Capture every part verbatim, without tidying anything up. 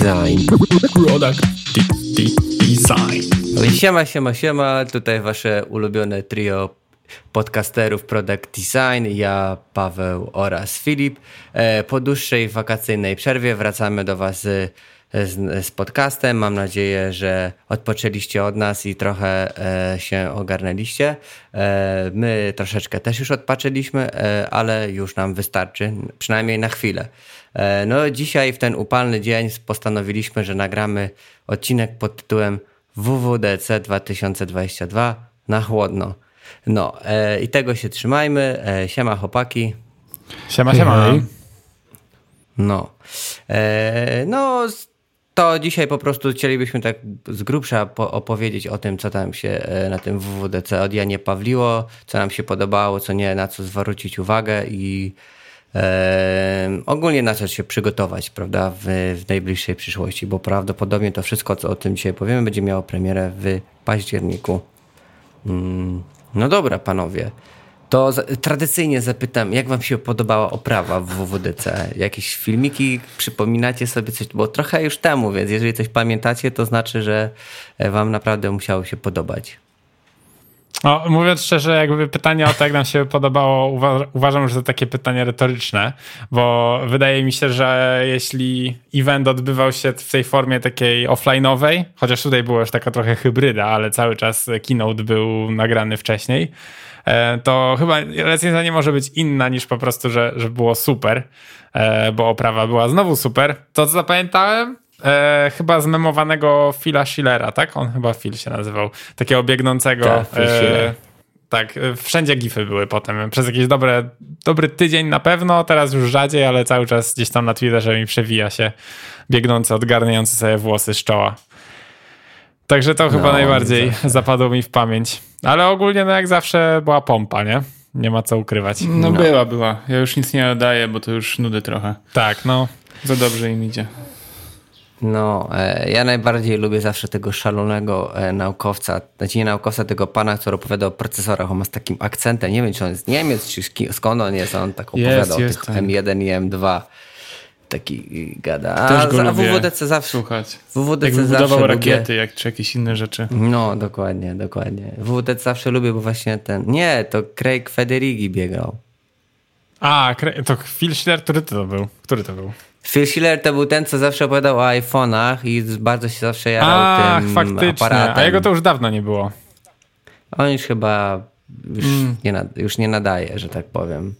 Design. Product Design. Siema, siema, siema. Tutaj wasze ulubione trio podcasterów Product Design. Ja, Paweł oraz Filip. Po dłuższej wakacyjnej przerwie wracamy do was z, z, z podcastem. Mam nadzieję, że odpoczęliście od nas i trochę e, się ogarnęliście. E, my troszeczkę też już odpoczęliśmy, e, ale już nam wystarczy, przynajmniej na chwilę. E, no dzisiaj w ten upalny dzień postanowiliśmy, że nagramy odcinek pod tytułem W W D C dwa tysiące dwadzieścia dwa na chłodno. No e, i tego się trzymajmy. E, siema chłopaki. Siema, siema. Hej. No. E, no to dzisiaj po prostu chcielibyśmy tak z grubsza po- opowiedzieć o tym, co tam się e, na tym W W D C od Janie Pawliło, co nam się podobało, co nie, na co zwrócić uwagę i e, ogólnie na co się przygotować, prawda, w, w najbliższej przyszłości, bo prawdopodobnie to wszystko, co o tym dzisiaj powiemy, będzie miało premierę w październiku. Mm. No dobra, panowie, to z- tradycyjnie zapytam, jak wam się podobała oprawa w W W D C? Jakieś filmiki, przypominacie sobie coś, bo trochę już temu, więc jeżeli coś pamiętacie, to znaczy, że wam naprawdę musiało się podobać. No, mówiąc szczerze, jakby pytanie o to, jak nam się podobało, uwa- uważam, że to takie pytanie retoryczne, bo wydaje mi się, że jeśli event odbywał się w tej formie takiej offline'owej, chociaż tutaj była już taka trochę hybryda, ale cały czas keynote był nagrany wcześniej, to chyba recenzja nie może być inna niż po prostu, że, że było super, bo oprawa była znowu super. To, co zapamiętałem, E, chyba zmemowanego Phila Schillera, tak? On chyba Phil się nazywał. Takiego biegnącego. Tak, Phil Schiller. E, tak, wszędzie gify były potem. Przez jakiś dobre, dobry tydzień na pewno, teraz już rzadziej, ale cały czas gdzieś tam na Twitterze mi przewija się biegnący, odgarniający sobie włosy z czoła. Także to chyba no, najbardziej zawsze. zapadło mi w pamięć. Ale ogólnie, no jak zawsze, była pompa, nie? Nie ma co ukrywać. No, no była, była. Ja już nic nie oddaję, bo to już nudy trochę. Tak, no. Za dobrze im idzie. No, e, ja najbardziej lubię zawsze tego szalonego e, naukowca, znaczy nie naukowca, tego pana, który opowiada o procesorach. On ma z takim akcentem, nie wiem, czy on jest z Niemiec, czy ski- skąd on jest, on tak opowiada Jest, o jest tych ten. M jeden i M dwa. Taki gada. A, Też go a lubię W W D C zawsze... słuchać. W W D C Jak zawsze wybudował lubię... rakiety, jak, czy jakieś inne rzeczy. No, dokładnie, dokładnie. W W D C zawsze lubię, bo właśnie ten... Nie, to Craig Federighi biegał. A, to Phil Schiller, który to był? Który to był? Phil Schiller to był ten, co zawsze opowiadał o iPhone'ach i bardzo się zawsze jarał Ach, tym faktycznie. aparatem. A jego to już dawno nie było. On już chyba już, Mm. nie, nad, już nie nadaje, że tak powiem.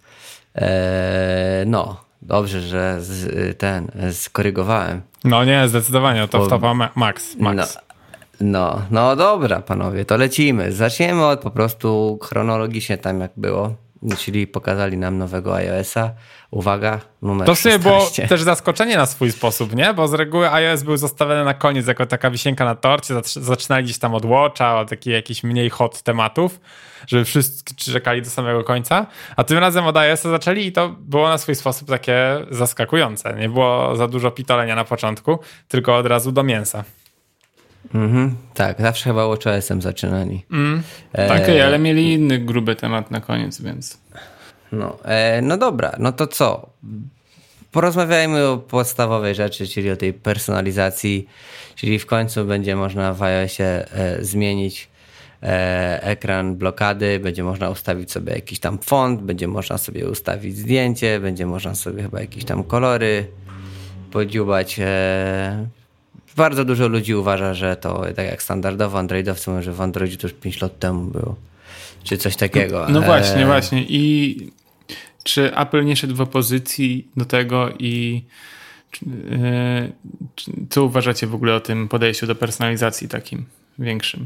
Eee, no, dobrze, że z, ten skorygowałem. No nie, zdecydowanie, to Bo- w topa ma- max. max. No, no, no dobra, panowie, to lecimy. Zaczniemy od po prostu chronologicznie tam jak było. Czyli pokazali nam nowego iOS-a. Uwaga, numer To w sumie było szesnaście. też zaskoczenie na swój sposób, nie? Bo z reguły iOS był zostawiony na koniec jako taka wisienka na torcie. Zac- Zaczynali gdzieś tam od Watcha, od takich jakichś mniej hot tematów, żeby wszyscy czekali do samego końca. A tym razem od iOS-a zaczęli i to było na swój sposób takie zaskakujące. Nie było za dużo pitolenia na początku, tylko od razu do mięsa. Mhm, tak, zawsze chyba watchOS-em zaczynali. Mm, E, Okej, ale mieli inny gruby temat na koniec, więc... No, e, no dobra, no to co? Porozmawiajmy o podstawowej rzeczy, czyli o tej personalizacji, czyli w końcu będzie można w iOSie e, zmienić e, ekran blokady, będzie można ustawić sobie jakiś tam font, będzie można sobie ustawić zdjęcie, będzie można sobie chyba jakieś tam kolory podziubać. E, bardzo dużo ludzi uważa, że to tak jak standardowo androidowcy mówią, że w Androidzie to już pięć lat temu było, czy coś takiego. No właśnie, E, właśnie. I czy Apple nie szedł w opozycji do tego i czy, yy, czy, co uważacie w ogóle o tym podejściu do personalizacji takim większym?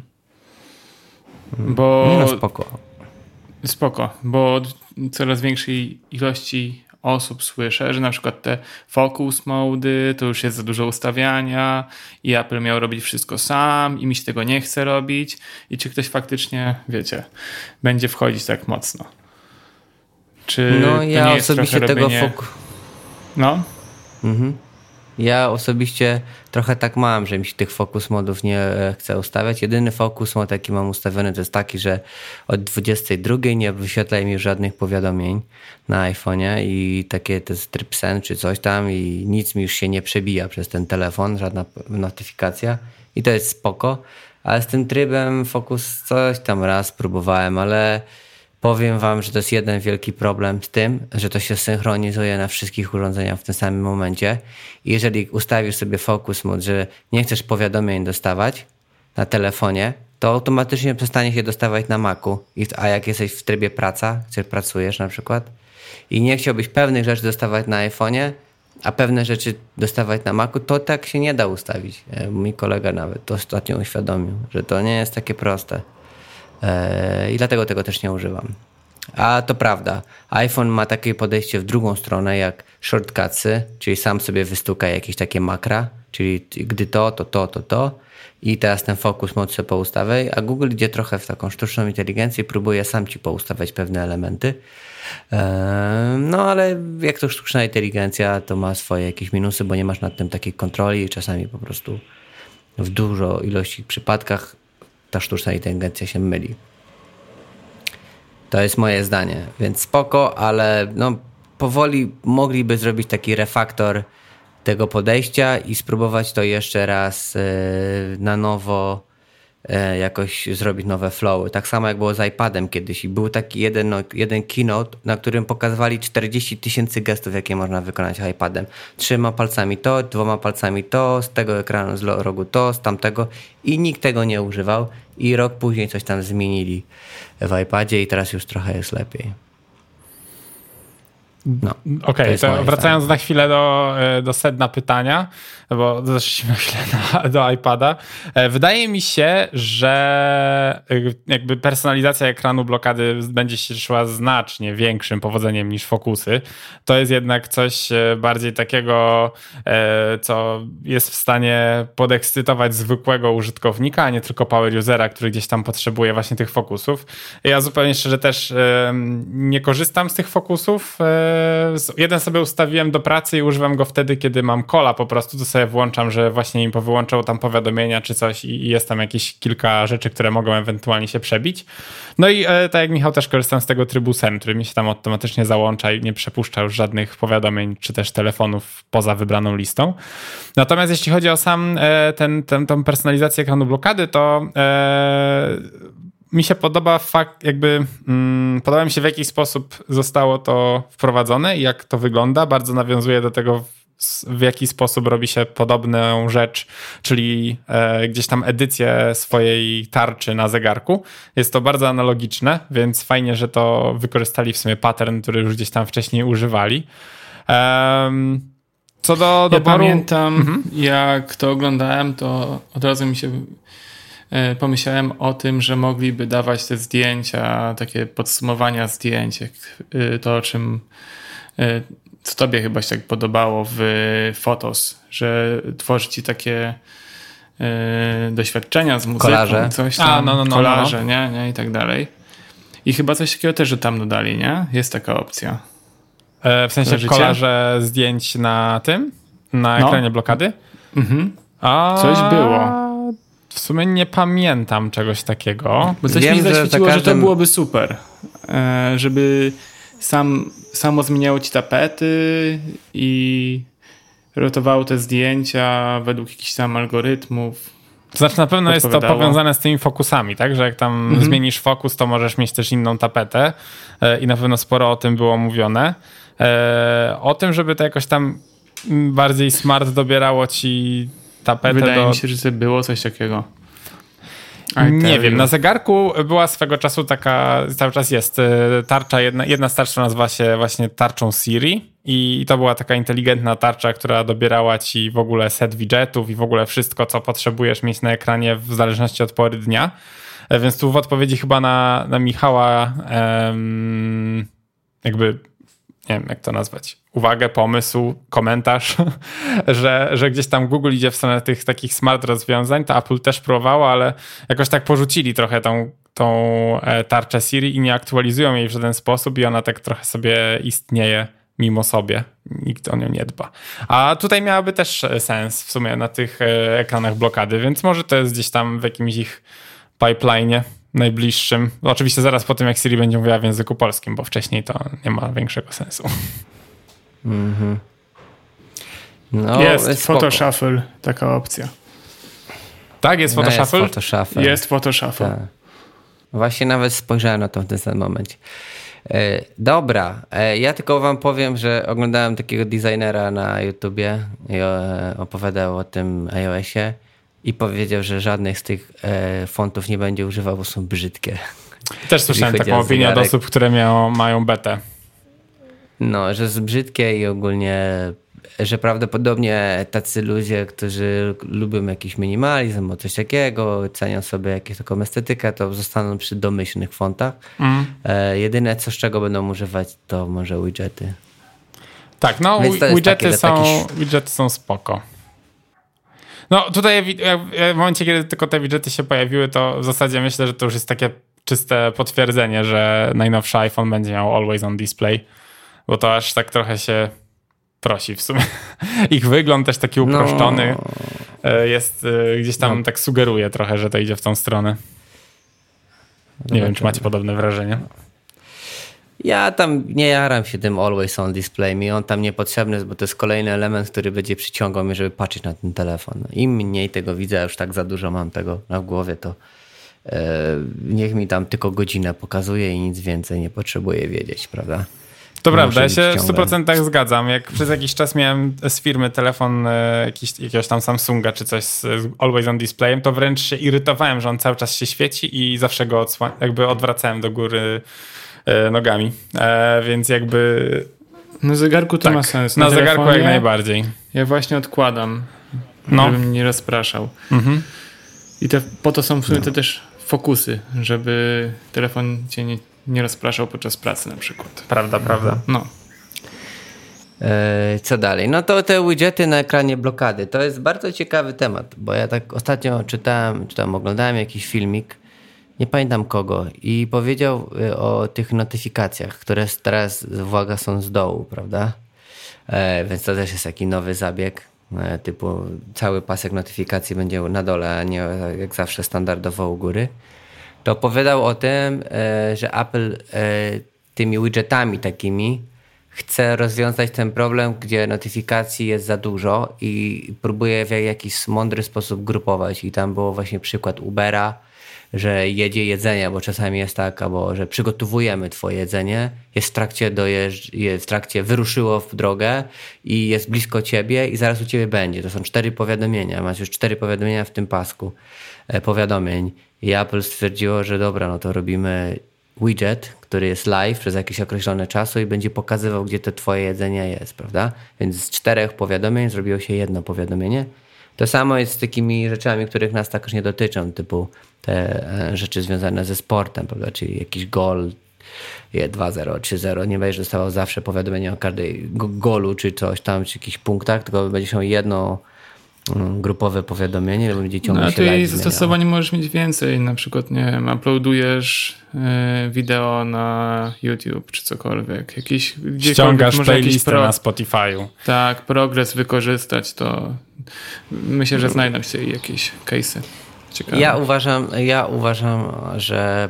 Bo No spoko. spoko, bo od coraz większej ilości osób słyszę, że na przykład te focus mody to już jest za dużo ustawiania i Apple miał robić wszystko sam i mi się tego nie chce robić i czy ktoś faktycznie, wiecie, będzie wchodzić tak mocno. Czy No to ja nie jest osobiście trochę tego robienie... foku... No, Mhm. Ja osobiście trochę tak mam, że mi się tych focus modów nie chcę ustawiać. Jedyny focus mod, jaki mam ustawiony, to jest taki, że od dwudziestej drugiej nie wyświetla mi żadnych powiadomień na iPhone'ie i takie to jest tryb sen czy coś tam i nic mi już się nie przebija przez ten telefon, żadna notyfikacja i to jest spoko. Ale z tym trybem focus coś tam raz próbowałem, ale powiem wam, że to jest jeden wielki problem z tym, że to się synchronizuje na wszystkich urządzeniach w tym samym momencie i jeżeli ustawisz sobie focus mode, że nie chcesz powiadomień dostawać na telefonie, to automatycznie przestanie się dostawać na Macu, a jak jesteś w trybie praca, gdzie pracujesz na przykład i nie chciałbyś pewnych rzeczy dostawać na iPhone'ie, a pewne rzeczy dostawać na Macu, to tak się nie da ustawić. Mój kolega nawet to ostatnio uświadomił, że to nie jest takie proste. I dlatego tego też nie używam. A to prawda, iPhone ma takie podejście w drugą stronę jak shortcutsy, czyli sam sobie wystuka jakieś takie makra, czyli gdy to, to to, to to i teraz ten focus mode sobie poustawiaj, a Google idzie trochę w taką sztuczną inteligencję i próbuje sam ci poustawiać pewne elementy. No ale jak to sztuczna inteligencja, to ma swoje jakieś minusy, bo nie masz nad tym takiej kontroli i czasami po prostu w dużo ilości przypadkach ta sztuczna inteligencja się myli. To jest moje zdanie, więc spoko, ale no, powoli mogliby zrobić taki refaktor tego podejścia i spróbować to jeszcze raz yy, na nowo yy, jakoś zrobić nowe flowy. Tak samo jak było z iPadem kiedyś i był taki jeden, no, jeden keynote, na którym pokazywali czterdzieści tysięcy gestów, jakie można wykonać iPadem. Trzema palcami to, dwoma palcami to, z tego ekranu, z rogu to, z tamtego i nikt tego nie używał i rok później coś tam zmienili w iPadzie i teraz już trochę jest lepiej. No, Okej, okay, to, to wracając zdanie. na chwilę do, do sedna pytania, bo zeszliśmy chwilę na, do iPada. Wydaje mi się, że jakby personalizacja ekranu blokady będzie się szła znacznie większym powodzeniem niż fokusy. To jest jednak coś bardziej takiego, co jest w stanie podekscytować zwykłego użytkownika, a nie tylko power usera, który gdzieś tam potrzebuje właśnie tych fokusów. Ja zupełnie szczerze też nie korzystam z tych fokusów. Jeden sobie ustawiłem do pracy i używam go wtedy, kiedy mam calla po prostu, to sobie włączam, że właśnie im powyłączał tam powiadomienia czy coś i jest tam jakieś kilka rzeczy, które mogą ewentualnie się przebić. No i e, tak jak Michał też korzystam z tego trybu sen, który mi się tam automatycznie załącza i nie przepuszcza już żadnych powiadomień czy też telefonów poza wybraną listą. Natomiast jeśli chodzi o sam e, ten, ten, tą personalizację ekranu blokady, to e, mi się podoba fakt, jakby mm, podoba mi się w jaki sposób zostało to wprowadzone i jak to wygląda. Bardzo nawiązuje do tego, w, w jaki sposób robi się podobną rzecz, czyli e, gdzieś tam edycję swojej tarczy na zegarku. Jest to bardzo analogiczne, więc fajnie, że to wykorzystali w sumie pattern, który już gdzieś tam wcześniej używali. Um, co do ja doboru... pamiętam, mhm. jak to oglądałem, to od razu mi się... pomyślałem o tym, że mogliby dawać te zdjęcia, takie podsumowania zdjęć, jak to, o czym co tobie chyba się tak podobało w Photos, że tworzy ci takie doświadczenia z muzyką, Kolaże. coś tam, A, no, no, no, kolaże, no. Nie, nie, i tak dalej. I chyba coś takiego też, że tam dodali, nie? Jest taka opcja. E, w sensie kolaże zdjęć na tym? Na ekranie no. blokady? Mhm. A... Coś było. W sumie nie pamiętam czegoś takiego. Bo coś Wiem, mi zaświeciło, że, każdym... że to byłoby super. E, żeby sam, samo zmieniało ci tapety i rotowało te zdjęcia według jakichś tam algorytmów. To znaczy na pewno jest to powiązane z tymi fokusami, tak? Że jak tam mhm. zmienisz fokus, to możesz mieć też inną tapetę e, i na pewno sporo o tym było mówione. E, o tym, żeby to jakoś tam bardziej smart dobierało ci tapetę. Wydaje do... mi się, że to było coś takiego. Nie wiem, na zegarku była swego czasu taka, cały czas jest tarcza, jedna, jedna z tarcz nazywa się właśnie tarczą Siri i to była taka inteligentna tarcza, która dobierała ci w ogóle set widgetów i w ogóle wszystko, co potrzebujesz mieć na ekranie w zależności od pory dnia. Więc tu w odpowiedzi chyba na, na Michała em, jakby nie wiem, jak to nazwać, uwagę, pomysł, komentarz, że, że gdzieś tam Google idzie w stronę tych takich smart rozwiązań, to Apple też próbowało, ale jakoś tak porzucili trochę tą, tą tarczę Siri i nie aktualizują jej w żaden sposób i ona tak trochę sobie istnieje mimo sobie. Nikt o nią nie dba. A tutaj miałaby też sens w sumie na tych ekranach blokady, więc może to jest gdzieś tam w jakimś ich pipeline'ie najbliższym. Oczywiście zaraz po tym, jak Siri będzie mówiła w języku polskim, bo wcześniej to nie ma większego sensu. Mhm. No, jest Photo Shuffle, taka opcja. Tak, jest Photo no Shuffle? Jest Photo Shuffle. Jest Photo Shuffle. Tak. Właśnie nawet spojrzałem na to w tym samym momencie. E, dobra, e, ja tylko wam powiem, że oglądałem takiego designera na YouTubie i e, opowiadał o tym iOSie i powiedział, że żadnych z tych e, fontów nie będzie używał, bo są brzydkie. Też słyszałem taką opinię od osób, które miało, mają betę. No, że jest brzydkie i ogólnie, że prawdopodobnie tacy ludzie, którzy lubią jakiś minimalizm albo coś takiego, cenią sobie jakąś taką estetykę, to zostaną przy domyślnych fontach. Mm. E, jedyne co z czego będą używać, to może widgety. Tak, no widgety są, takich... widgety są spoko. No tutaj w momencie, kiedy tylko te widgety się pojawiły, to w zasadzie myślę, że to już jest takie czyste potwierdzenie, że najnowszy iPhone będzie miał Always On Display, bo to aż tak trochę się prosi w sumie. Ich wygląd też taki uproszczony no. jest, gdzieś tam no. tak sugeruje trochę, że to idzie w tą stronę. Nie no wiem, czy macie podobne wrażenie. Ja tam nie jaram się tym Always On Display. Mi on tam niepotrzebny jest, bo to jest kolejny element, który będzie przyciągał mnie, żeby patrzeć na ten telefon. Im mniej tego widzę, już tak za dużo mam tego na głowie, to e, niech mi tam tylko godzinę pokazuje i nic więcej nie potrzebuję wiedzieć, prawda? To prawda, ja się w stu procentach zgadzam. Jak przez jakiś czas miałem z firmy telefon e, jakiś, jakiegoś tam Samsunga czy coś z, z Always On Displayem, to wręcz się irytowałem, że on cały czas się świeci i zawsze go odsła- jakby odwracałem do góry e, nogami. E, więc jakby... Na zegarku to tak, ma sens. Na, na zegarku jak najbardziej. Ja właśnie odkładam, no. żebym nie rozpraszał. Mhm. I te, po to są w sumie no. te też fokusy, żeby telefon cię nie... nie rozpraszał podczas pracy na przykład. Prawda, prawda. No. E, co dalej? No to te widgety na ekranie blokady. To jest bardzo ciekawy temat, bo ja tak ostatnio czytałem, czy tam oglądałem jakiś filmik, nie pamiętam kogo, i powiedział o tych notyfikacjach, które teraz, uwaga, są z dołu, prawda? E, więc to też jest taki nowy zabieg, e, typu cały pasek notyfikacji będzie na dole, a nie jak zawsze standardowo u góry. To opowiadał o tym, że Apple tymi widgetami takimi chce rozwiązać ten problem, gdzie notyfikacji jest za dużo i próbuje w jakiś mądry sposób grupować. I tam było właśnie przykład Ubera, że jedzie jedzenie, bo czasami jest tak, albo że przygotowujemy twoje jedzenie, jest w trakcie dojeżdż, jest w trakcie wyruszyło w drogę i jest blisko ciebie i zaraz u ciebie będzie. To są cztery powiadomienia. Masz już cztery powiadomienia w tym pasku powiadomień. I Apple stwierdziło, że dobra, no to robimy widget, który jest live przez jakiś określony czas i będzie pokazywał, gdzie to twoje jedzenie jest, prawda? Więc z czterech powiadomień zrobiło się jedno powiadomienie. To samo jest z takimi rzeczami, których nas tak już nie dotyczą, typu te rzeczy związane ze sportem, prawda? Czyli jakiś gol dwa zero, trzy zero. Nie będziesz dostawał zawsze powiadomienia o każdej golu, czy coś tam, czy jakichś punktach, tylko będziesz miał jedno grupowe powiadomienie, bo będzie ciągle no, się live zmieniało. Zastosowań możesz mieć więcej. Na przykład, nie wiem, uploadujesz y, wideo na YouTube czy cokolwiek. Jakiś, ściągasz playlistę pro... na Spotify'u. Tak, progres wykorzystać, to myślę, że znajdą się jakieś case'y ciekawe. Ja uważam, ja uważam, że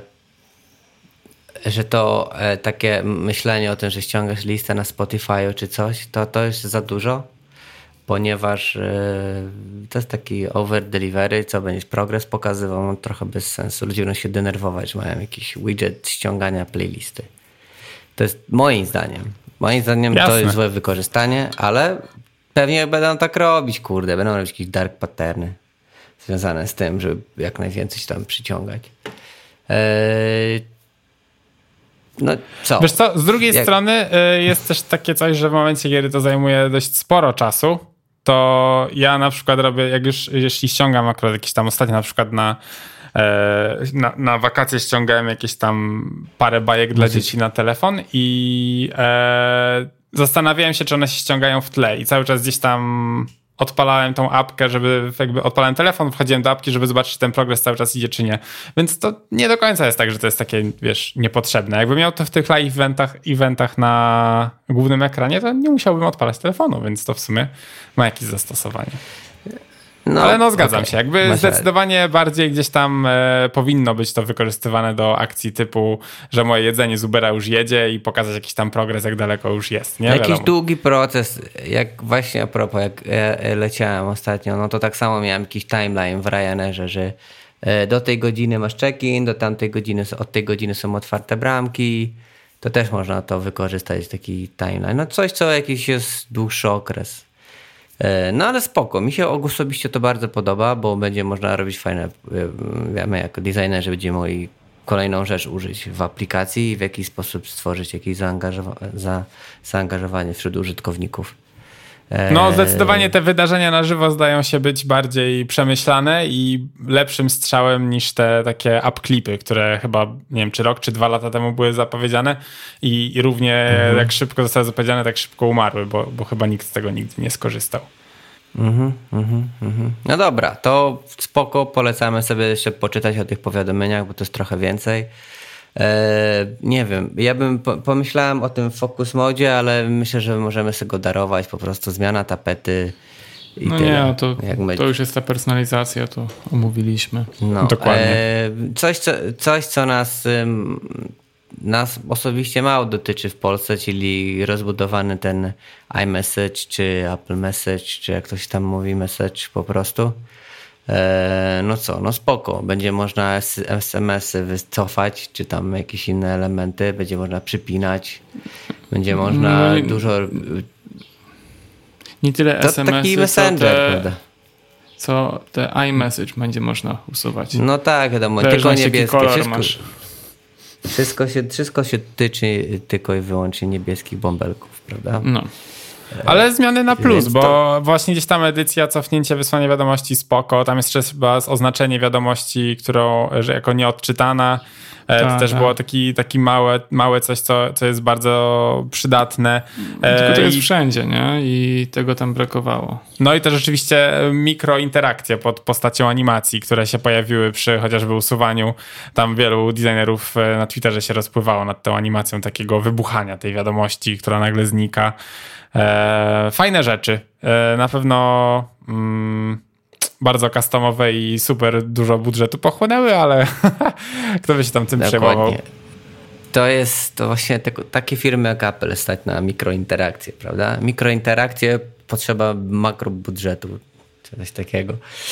że to e, takie myślenie o tym, że ściągasz listę na Spotify'u czy coś, to to jest za dużo. Ponieważ yy, to jest taki over delivery, co będziesz progres pokazywał, no, trochę bez sensu. Ludzie będą się denerwować, że mają jakiś widget ściągania playlisty. To jest moim zdaniem. Moim zdaniem Jasne. To jest złe wykorzystanie, ale pewnie będą tak robić, kurde. Będą robić jakieś dark patterny związane z tym, żeby jak najwięcej się tam przyciągać. Yy, No co? Wiesz co, z drugiej Jak... strony jest też takie coś, że w momencie, kiedy to zajmuje dość sporo czasu, to ja na przykład robię, jak już jeśli ściągam akurat jakieś tam ostatnio na przykład na, na, na wakacje ściągałem jakieś tam parę bajek dla dzieci na telefon i e, zastanawiałem się, czy one się ściągają w tle i cały czas gdzieś tam odpalałem tą apkę, żeby jakby odpalałem telefon, wchodziłem do apki, żeby zobaczyć, czy ten progres cały czas idzie, czy nie. Więc to nie do końca jest tak, że to jest takie, wiesz, niepotrzebne. Jakbym miał to w tych live eventach, eventach na głównym ekranie, to nie musiałbym odpalać telefonu, więc to w sumie ma jakieś zastosowanie. No, ale no zgadzam okay. się, jakby Masz zdecydowanie rad. bardziej gdzieś tam e, powinno być to wykorzystywane do akcji typu, że moje jedzenie z Ubera już jedzie i pokazać jakiś tam progres, jak daleko już jest. Nie? Jakiś Wiadomo. długi proces, jak właśnie a propos, jak ja leciałem ostatnio, no to tak samo miałem jakiś timeline w Ryanairze, że e, do tej godziny masz check-in, do tamtej godziny, od tej godziny są otwarte bramki, to też można to wykorzystać, taki timeline. No coś, co jakiś jest dłuższy okres. No ale spoko, mi się osobiście to bardzo podoba, bo będzie można robić fajne, wiemy, jako designerzy będziemy mogli kolejną rzecz użyć w aplikacji i w jakiś sposób stworzyć jakieś zaangażowa- za, zaangażowanie wśród użytkowników. No zdecydowanie te wydarzenia na żywo zdają się być bardziej przemyślane i lepszym strzałem niż te takie up-klipy, które chyba, nie wiem, czy rok, czy dwa lata temu były zapowiedziane i, i równie mhm. jak szybko zostały zapowiedziane, tak szybko umarły, bo, bo chyba nikt z tego nigdy nie skorzystał. Mhm, mhm, mhm. No dobra, to spoko, polecamy sobie jeszcze poczytać o tych powiadomieniach, bo to jest trochę więcej. Eee, nie wiem, ja bym po, pomyślałem o tym Focus Modzie, ale myślę, że możemy sobie go darować, po prostu zmiana tapety i no tyle. nie, to, to już jest ta personalizacja, to omówiliśmy. No, dokładnie. Eee, coś, co, coś, co nas, nas osobiście mało dotyczy w Polsce, czyli rozbudowany ten iMessage, czy Apple Message, czy jak ktoś tam mówi message po prostu. No co, no spoko, będzie można es em esy wycofać, czy tam jakieś inne elementy, będzie można przypinać, będzie można no, dużo... Nie tyle to es em esy, taki messenger, co te, prawda? co te iMessage będzie można usuwać. No tak, wiadomo, tylko niebieskie. Wszystko, wszystko, się, wszystko się tyczy tylko i wyłącznie niebieskich bąbelków, prawda? No. Ale zmiany na plus, Więc bo to... właśnie gdzieś tam edycja, cofnięcie, wysłanie wiadomości spoko, tam jest jeszcze chyba oznaczenie wiadomości, którą, że jako nieodczytana, tak, to też tak. było taki, taki małe, małe coś, co, co jest bardzo przydatne. Tylko to jest I... wszędzie, nie? I tego tam brakowało. No i też rzeczywiście mikrointerakcje pod postacią animacji, które się pojawiły przy chociażby usuwaniu. Tam wielu designerów na Twitterze się rozpływało nad tą animacją takiego wybuchania tej wiadomości, która nagle znika. E, fajne rzeczy. E, na pewno mm, bardzo customowe i super dużo budżetu pochłonęły, ale kto by się tam tym Dokładnie. przejmował? To jest to właśnie te, takie firmy jak Apple stać na mikrointerakcje, prawda? Mikrointerakcje potrzeba makrobudżetu, coś takiego.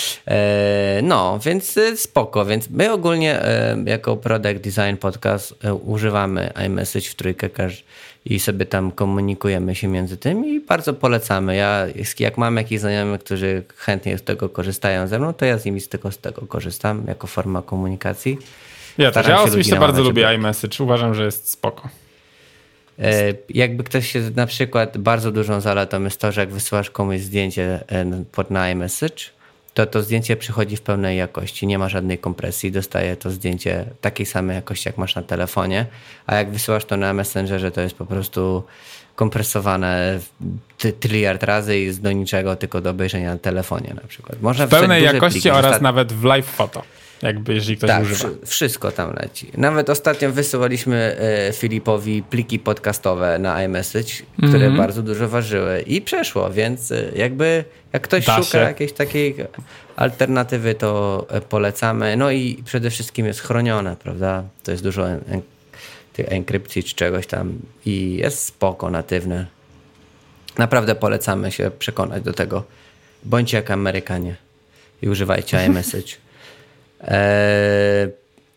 E, no, więc spoko. Więc my ogólnie e, jako Product Design Podcast e, używamy iMessage w trójkę i sobie tam komunikujemy się między tym i bardzo polecamy. Ja, jak mam jakichś znajomych, którzy chętnie z tego korzystają ze mną, to ja z nimi z tego, z tego korzystam jako forma komunikacji. Ja też. Ja osobiście bardzo lubię iMessage. Uważam, że jest spoko. E, jakby ktoś się na przykład, bardzo dużą zaletą jest to, że jak wysyłasz komuś zdjęcie pod na iMessage, to to zdjęcie przychodzi w pełnej jakości, nie ma żadnej kompresji, dostaje to zdjęcie takiej samej jakości, jak masz na telefonie, a jak wysyłasz to na Messengerze, to jest po prostu kompresowane tryliard razy i jest do niczego, tylko do obejrzenia na telefonie na przykład. Można w pełnej jakości pliki, oraz nawet w live photo, jakby jeżeli ktoś tak, używa. Wszystko tam leci. Nawet ostatnio wysyłaliśmy e, Filipowi pliki podcastowe na iMessage, mm-hmm. które bardzo dużo ważyły i przeszło, więc e, jakby jak ktoś da szuka się. jakiejś takiej alternatywy, to e, polecamy. No i przede wszystkim jest chronione, prawda? To jest dużo en- en- tych enkrypcji czy czegoś tam i jest spoko, natywne. Naprawdę polecamy się przekonać do tego. Bądźcie jak Amerykanie i używajcie iMessage. Eee,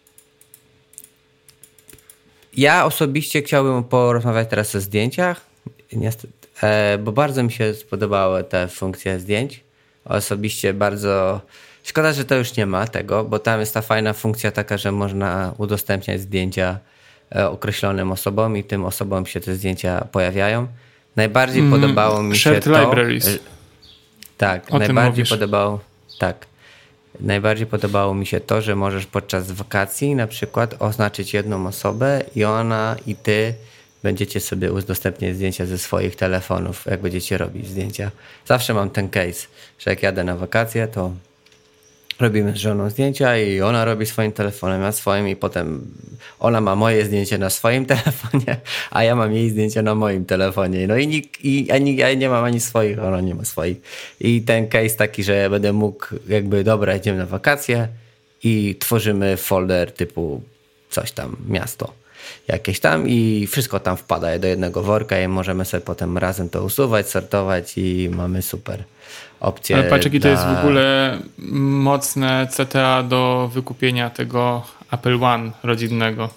ja osobiście chciałbym porozmawiać teraz o zdjęciach, niestety, eee, bo bardzo mi się spodobały te funkcje zdjęć. Osobiście bardzo szkoda, że to już nie ma tego, bo tam jest ta fajna funkcja taka, że można udostępniać zdjęcia e, określonym osobom i tym osobom się te zdjęcia pojawiają. Najbardziej mm, podobało mi się to... Libraries. Tak, o najbardziej podobało... Tak. Najbardziej podobało mi się to, że możesz podczas wakacji na przykład oznaczyć jedną osobę i ona i ty będziecie sobie udostępniać zdjęcia ze swoich telefonów, jak będziecie robić zdjęcia. Zawsze mam ten case, że jak jadę na wakacje, to robimy z żoną zdjęcia i ona robi swoim telefonem, ja swoim i potem ona ma moje zdjęcie na swoim telefonie, a ja mam jej zdjęcie na moim telefonie. No i, nikt, i ani, ja nie mam ani swoich, ona nie ma swoich. I ten case taki, że ja będę mógł jakby, dobra, idziemy na wakacje i tworzymy folder typu coś tam, miasto jakieś tam i wszystko tam wpada do jednego worka i możemy sobie potem razem to usuwać, sortować i mamy super opcję. Ale patrz, jaki dla... to jest w ogóle mocne C T A do wykupienia tego Apple One rodzinnego.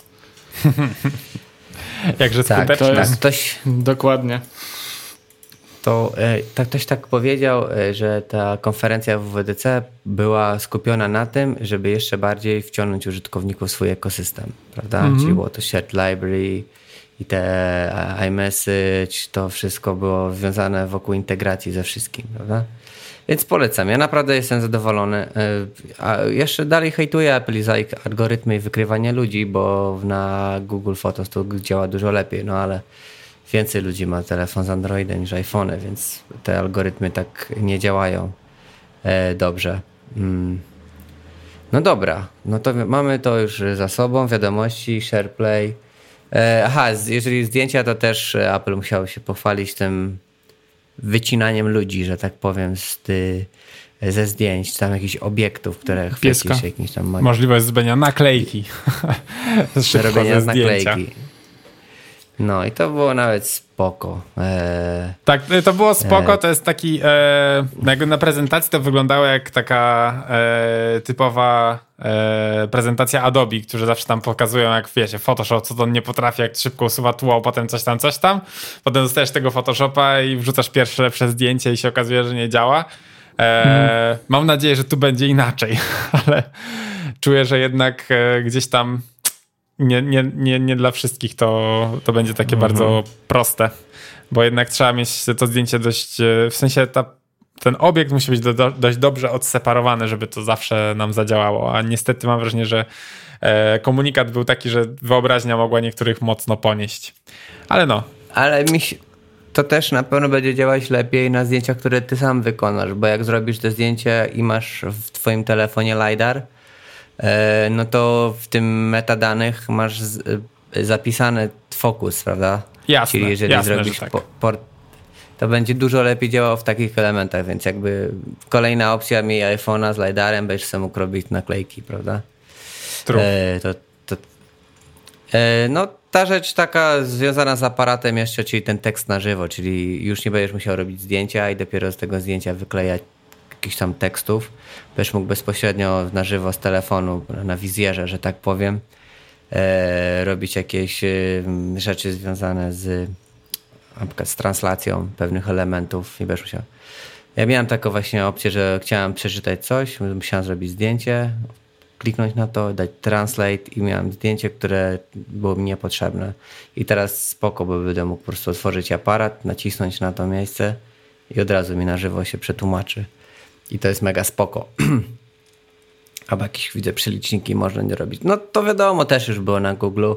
Jakże tak, skuteczne. to jest... tak, ktoś... Dokładnie. To e, tak, ktoś tak powiedział, e, że ta konferencja w W D C była skupiona na tym, żeby jeszcze bardziej wciągnąć użytkowników w swój ekosystem, prawda? Mm-hmm. Czyli było to shared library i te iMessage, to wszystko było związane wokół integracji ze wszystkim, prawda? Więc polecam. Ja naprawdę jestem zadowolony. E, a jeszcze dalej hejtuję Apple za algorytmy i wykrywanie ludzi, bo na Google Photos to działa dużo lepiej, no ale więcej ludzi ma telefon z Androidem niż iPhone, więc te algorytmy tak nie działają e, dobrze. Mm. No dobra, no to mamy to już za sobą, wiadomości, SharePlay. E, aha, jeżeli zdjęcia, to też Apple musiało się pochwalić tym wycinaniem ludzi, że tak powiem, z ty, ze zdjęć, tam jakichś obiektów, które chwycisz, jakiś tam... Mag... Możliwość zrobienia naklejki. Robienia naklejki. No i to było nawet spoko. Eee, tak, to było spoko, to jest taki e, jakby na prezentacji to wyglądało jak taka e, typowa e, prezentacja Adobe, którzy zawsze tam pokazują, jak wiecie, Photoshop, co to on nie potrafi, jak szybko usuwa tło, potem coś tam, coś tam, potem dostajesz tego Photoshopa i wrzucasz pierwsze lepsze zdjęcie i się okazuje, że nie działa. E, hmm. Mam nadzieję, że tu będzie inaczej, ale czuję, że jednak e, gdzieś tam Nie, nie, nie, nie dla wszystkich to, to będzie takie mhm. bardzo proste, bo jednak trzeba mieć to zdjęcie dość, w sensie ta, ten obiekt musi być do, do, dość dobrze odseparowany, żeby to zawsze nam zadziałało, a niestety mam wrażenie, że e, komunikat był taki, że wyobraźnia mogła niektórych mocno ponieść, ale no. Ale mi się, to też na pewno będzie działać lepiej na zdjęciach, które ty sam wykonasz, bo jak zrobisz te zdjęcie i masz w twoim telefonie LiDAR, no to w tym metadanych masz z, zapisany fokus, prawda? Jasne, Czyli jeżeli jasne, zrobisz tak. po, port, to będzie dużo lepiej działało w takich elementach, więc jakby kolejna opcja mi iPhone'a z LiDARem, będziesz sobie mógł robić naklejki, prawda? E, to, to, e, no ta rzecz taka związana z aparatem jeszcze, czyli ten tekst na żywo, czyli już nie będziesz musiał robić zdjęcia i dopiero z tego zdjęcia wyklejać jakichś tam tekstów, będziesz mógł bezpośrednio na żywo z telefonu, na wizjerze, że tak powiem, e, robić jakieś e, rzeczy związane z na przykład z translacją pewnych elementów i będziesz musiał. Ja miałem taką właśnie opcję, że chciałem przeczytać coś, musiałem zrobić zdjęcie, kliknąć na to, dać translate i miałem zdjęcie, które było mi niepotrzebne. I teraz spoko, bo będę mógł po prostu otworzyć aparat, nacisnąć na to miejsce i od razu mi na żywo się przetłumaczy. I to jest mega spoko. Albo jakieś, widzę, przeliczniki można nie robić. No to wiadomo, też już było na Google.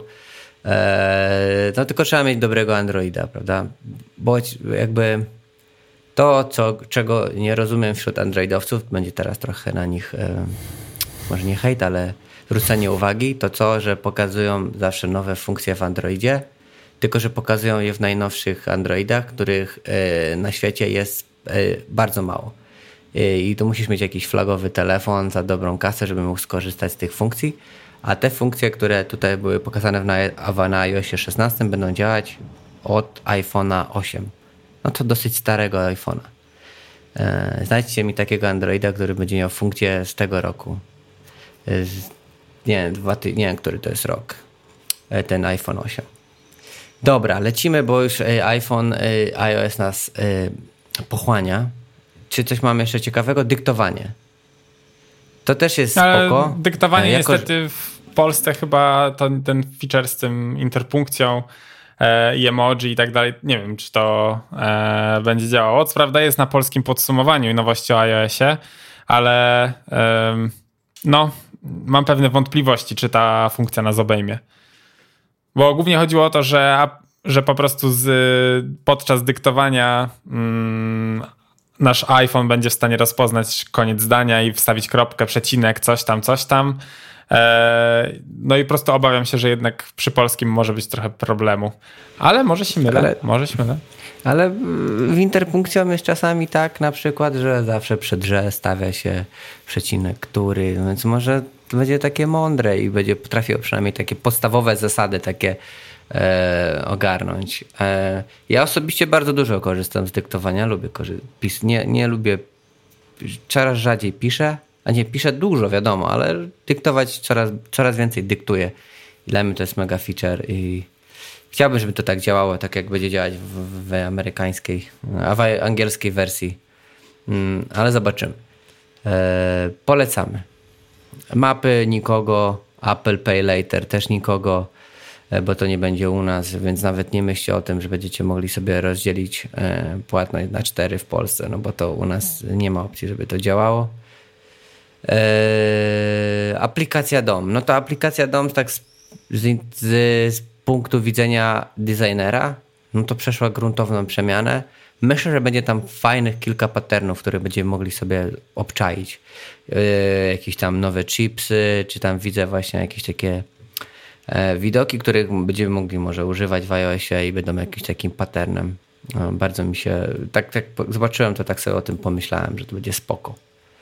Eee, no tylko trzeba mieć dobrego Androida, prawda? Bo jakby to, co, czego nie rozumiem wśród androidowców, będzie teraz trochę na nich, e, może nie hejt, ale zwrócenie uwagi, to co, że pokazują zawsze nowe funkcje w Androidzie, tylko że pokazują je w najnowszych Androidach, których e, na świecie jest e, bardzo mało. I tu musisz mieć jakiś flagowy telefon za dobrą kasę, żeby mógł skorzystać z tych funkcji. A te funkcje, które tutaj były pokazane w na, na iOSie szesnastym będą działać od iPhone'a osiem. No to dosyć starego iPhone'a. Znajdźcie mi takiego Androida, który będzie miał funkcję z tego roku. Nie wiem, dwa, nie wiem, który to jest rok. Ten iPhone osiem. Dobra, lecimy, bo już iPhone, iOS nas pochłania. Czy coś mamy jeszcze ciekawego? Dyktowanie. To też jest ale spoko. Dyktowanie jako... niestety w Polsce chyba ten, ten feature z tym interpunkcją e, i emoji i tak dalej, nie wiem, czy to e, będzie działało. Co prawda jest na polskim podsumowaniu i nowości o iOSie, ale e, no, mam pewne wątpliwości, czy ta funkcja nas obejmie. Bo głównie chodziło o to, że że po prostu z, podczas dyktowania mm, nasz iPhone będzie w stanie rozpoznać koniec zdania i wstawić kropkę, przecinek, coś tam, coś tam. No i po prostu obawiam się, że jednak przy polskim może być trochę problemu. Ale może się mylę, ale, może się mylę. Ale w interpunkcjom jest czasami tak na przykład, że zawsze przed że stawia się przecinek, który, więc może to będzie takie mądre i będzie potrafiło przynajmniej takie podstawowe zasady takie e, ogarnąć. E, ja osobiście bardzo dużo korzystam z dyktowania, lubię korzystać. Nie, nie lubię, coraz rzadziej piszę, a nie, piszę dużo, wiadomo, ale dyktować coraz, coraz więcej dyktuję. I dla mnie to jest mega feature i chciałbym, żeby to tak działało, tak jak będzie działać w, w amerykańskiej, a w angielskiej wersji. Mm, ale zobaczymy. E, polecamy. Mapy nikogo, Apple Pay Later też nikogo, e, bo to nie będzie u nas, więc nawet nie myślcie o tym, że będziecie mogli sobie rozdzielić e, płatność na cztery w Polsce, no bo to u nas nie ma opcji, żeby to działało. E, aplikacja dom. No to aplikacja dom tak z, z, z punktu widzenia designera, no to przeszła gruntowną przemianę. Myślę, że będzie tam fajnych kilka patternów, które będziemy mogli sobie obczaić. Yy, jakieś tam nowe chipsy, czy tam widzę właśnie jakieś takie e, widoki, których będziemy mogli może używać w iOSie i będą jakimś takim patternem. No, bardzo mi się, tak, tak zobaczyłem to, tak sobie o tym pomyślałem, że to będzie spoko,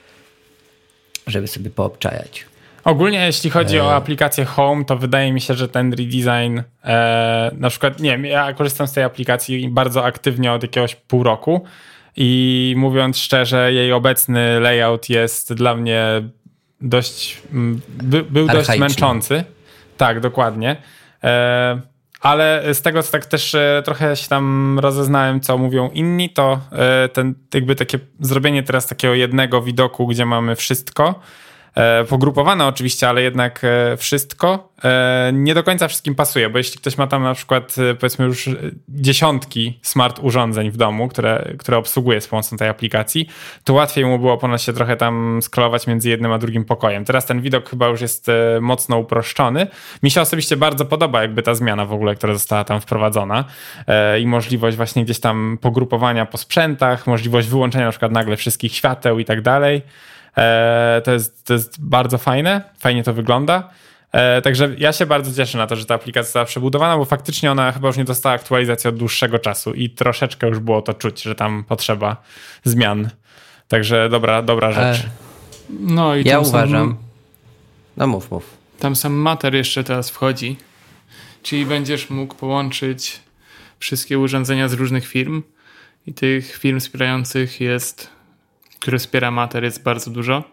żeby sobie poobczajać. Ogólnie jeśli chodzi e... o aplikację Home, to wydaje mi się, że ten redesign e, na przykład, nie wiem, ja korzystam z tej aplikacji bardzo aktywnie od jakiegoś pół roku i mówiąc szczerze, jej obecny layout jest dla mnie dość, by, był dość męczący. Tak, dokładnie. E, ale z tego, co tak też e, trochę się tam rozeznałem, co mówią inni, to e, ten jakby takie zrobienie teraz takiego jednego widoku, gdzie mamy wszystko, pogrupowane oczywiście, ale jednak wszystko nie do końca wszystkim pasuje, bo jeśli ktoś ma tam na przykład powiedzmy już dziesiątki smart urządzeń w domu, które, które obsługuje z pomocą tej aplikacji, to łatwiej mu było ponoć się trochę tam scrollować między jednym a drugim pokojem. Teraz ten widok chyba już jest mocno uproszczony. Mi się osobiście bardzo podoba jakby ta zmiana w ogóle, która została tam wprowadzona i możliwość właśnie gdzieś tam pogrupowania po sprzętach, możliwość wyłączenia na przykład nagle wszystkich świateł i tak dalej. To jest, to jest bardzo fajne, fajnie to wygląda. Także ja się bardzo cieszę na to, że ta aplikacja została przebudowana, bo faktycznie ona chyba już nie dostała aktualizacji od dłuższego czasu i troszeczkę już było to czuć, że tam potrzeba zmian. Także dobra, dobra rzecz. No i ja tam uważam. Sam, no mów, mów. Tam sam Matter jeszcze teraz wchodzi, czyli będziesz mógł połączyć wszystkie urządzenia z różnych firm i tych firm wspierających jest, które wspiera Matter, jest bardzo dużo.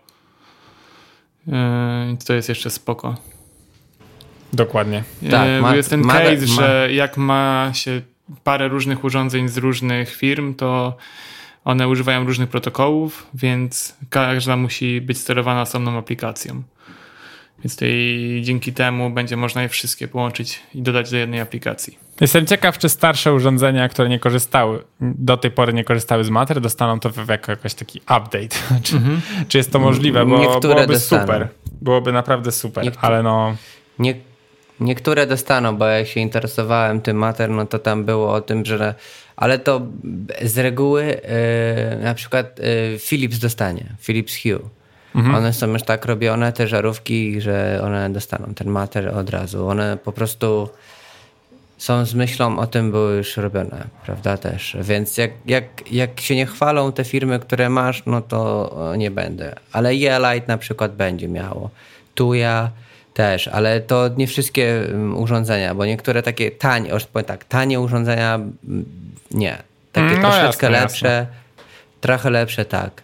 Yy, to jest jeszcze spoko. Dokładnie. Tak, yy, ma, jest ten case, ma, że jak ma się parę różnych urządzeń z różnych firm, to one używają różnych protokołów, więc każda musi być sterowana osobną aplikacją. Więc tej, dzięki temu będzie można je wszystkie połączyć i dodać do jednej aplikacji. Jestem ciekaw, czy starsze urządzenia, które nie korzystały, do tej pory nie korzystały z Matter, dostaną to jako jakiś taki update. czy, mm-hmm. czy jest to możliwe? Bo niektóre byłoby dostaną. Super. Byłoby naprawdę super, Niektóre, ale no... Nie, niektóre dostaną, bo jak się interesowałem tym Matter, no to tam było o tym, że... Ale to z reguły yy, na przykład yy, Philips dostanie. Philips Hue. Mhm. One są już tak robione, te żarówki, że one dostaną ten Matter od razu. One po prostu są z myślą o tym, były już robione, prawda, też. Więc jak, jak, jak się nie chwalą te firmy, które masz, no to nie będę. Ale Yeelight na przykład będzie miało. Tuya też, ale to nie wszystkie urządzenia, bo niektóre takie tanie, już powiem tak, tanie urządzenia nie. Takie no troszeczkę jasne, lepsze, jasne. trochę lepsze, tak.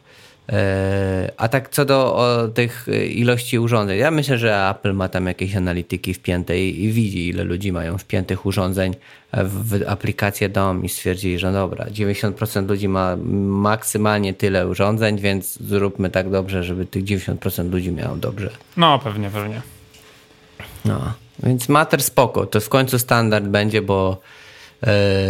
A tak co do o tych ilości urządzeń, ja myślę, że Apple ma tam jakieś analityki wpięte i, i widzi, ile ludzi mają wpiętych urządzeń w, w aplikację dom i stwierdzili, że dobra, dziewięćdziesiąt procent ludzi ma maksymalnie tyle urządzeń, więc zróbmy tak dobrze, żeby tych dziewięćdziesiąt procent ludzi miało dobrze. No pewnie, pewnie. No, więc Matter spoko, to w końcu standard będzie, bo yy,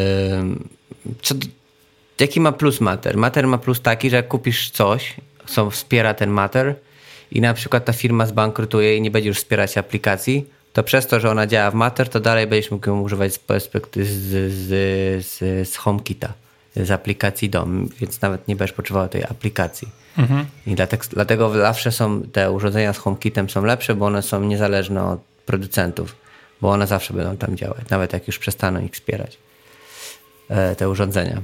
co jaki ma plus Matter? Matter ma plus taki, że jak kupisz coś, co wspiera ten Matter i na przykład ta firma zbankrutuje i nie będzie już wspierać aplikacji, to przez to, że ona działa w Matter, to dalej będziesz mógł ją używać z perspektywy z, z, z, z HomeKita, z aplikacji dom, więc nawet nie będziesz potrzebował tej aplikacji. Mhm. I dlatego, dlatego zawsze są te urządzenia z HomeKitem są lepsze, bo one są niezależne od producentów, bo one zawsze będą tam działać, nawet jak już przestaną ich wspierać, te urządzenia.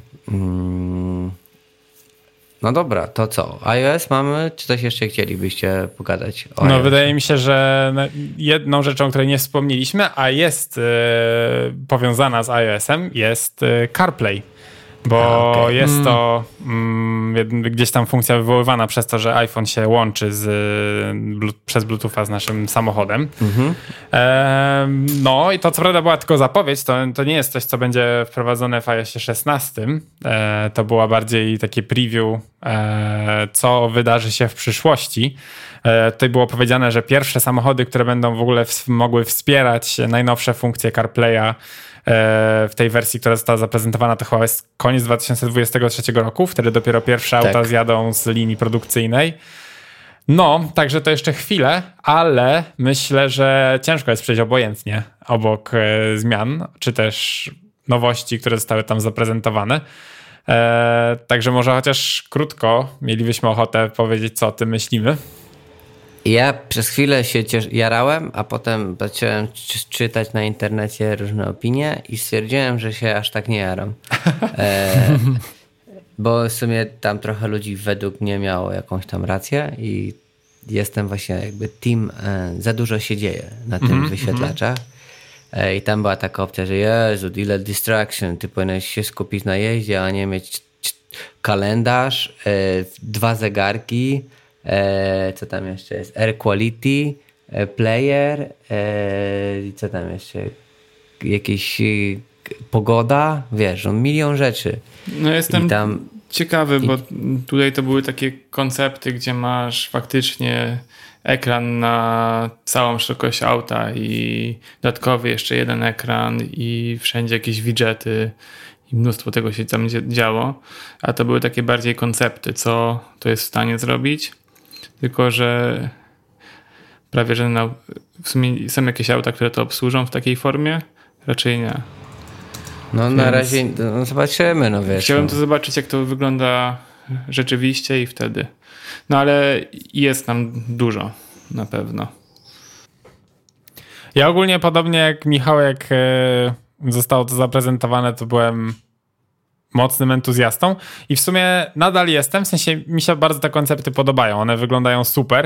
No dobra, to co? iOS mamy? Czy coś jeszcze chcielibyście pogadać o No iOS? wydaje mi się, że jedną rzeczą, o której nie wspomnieliśmy, a jest yy, powiązana z iOS-em, jest yy, CarPlay. Bo okay. jest mm. to mm, gdzieś tam funkcja wywoływana przez to, że iPhone się łączy z, blu, przez Bluetootha z naszym samochodem. Mm-hmm. E, no i to co prawda była tylko zapowiedź, to, to nie jest coś, co będzie wprowadzone w iOSie szesnastym. E, to była bardziej takie preview, e, co wydarzy się w przyszłości. E, tutaj było powiedziane, że pierwsze samochody, które będą w ogóle w, mogły wspierać najnowsze funkcje CarPlaya w tej wersji, która została zaprezentowana, to chyba jest koniec dwa tysiące dwudziestego trzeciego roku, wtedy dopiero pierwsze tak. auta zjadą z linii produkcyjnej. No, także to jeszcze chwilę, ale myślę, że ciężko jest przejść obojętnie obok e, zmian, czy też nowości, które zostały tam zaprezentowane. E, także może chociaż krótko mielibyśmy ochotę powiedzieć, co o tym myślimy. Ja przez chwilę się ciesz- jarałem, a potem zacząłem czy- czytać na internecie różne opinie i stwierdziłem, że się aż tak nie jaram. E, bo w sumie tam trochę ludzi według mnie miało jakąś tam rację i jestem właśnie jakby team, e, za dużo się dzieje na tym mm-hmm, wyświetlaczach. E, I tam była taka opcja, że Jezu, ile distraction, ty powinieneś się skupić na jeździe, a nie mieć c- c- kalendarz, e, dwa zegarki, E, co tam jeszcze jest? Air Quality, e, Player, e, co tam jeszcze? Jakieś e, pogoda, wiesz, no milion rzeczy. No jestem tam... ciekawy, bo I... tutaj to były takie koncepty, gdzie masz faktycznie ekran na całą szerokość auta i dodatkowy jeszcze jeden ekran i wszędzie jakieś widgety i mnóstwo tego się tam działo, a to były takie bardziej koncepty, co to jest w stanie zrobić. Tylko, że prawie, że na, w sumie są jakieś auta, które to obsłużą w takiej formie? Raczej nie. No Więc na razie no, zobaczymy. No wiesz, chciałem no. to zobaczyć, jak to wygląda rzeczywiście i wtedy. No ale jest nam dużo, na pewno. Ja ogólnie podobnie jak Michał, jak zostało to zaprezentowane, to byłem mocnym entuzjastą i w sumie nadal jestem, w sensie mi się bardzo te koncepty podobają, one wyglądają super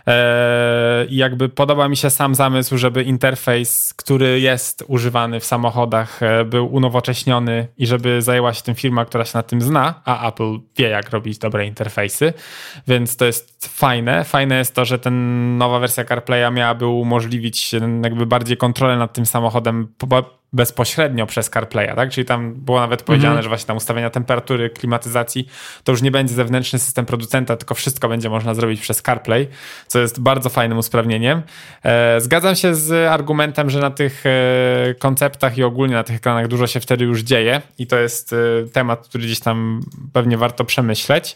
i jakby podoba mi się sam zamysł, żeby interfejs, który jest używany w samochodach, był unowocześniony i żeby zajęła się tym firma, która się na tym zna, a Apple wie, jak robić dobre interfejsy, więc to jest fajne. Fajne jest to, że ten nowa wersja CarPlaya miałaby umożliwić jakby bardziej kontrolę nad tym samochodem bezpośrednio przez CarPlaya, tak? Czyli tam było nawet powiedziane, mm-hmm. że właśnie tam ustawienia temperatury, klimatyzacji, to już nie będzie zewnętrzny system producenta, tylko wszystko będzie można zrobić przez CarPlay, co jest bardzo fajnym usprawnieniem. E, zgadzam się z argumentem, że na tych e, konceptach i ogólnie na tych ekranach dużo się wtedy już dzieje i to jest e, temat, który gdzieś tam pewnie warto przemyśleć.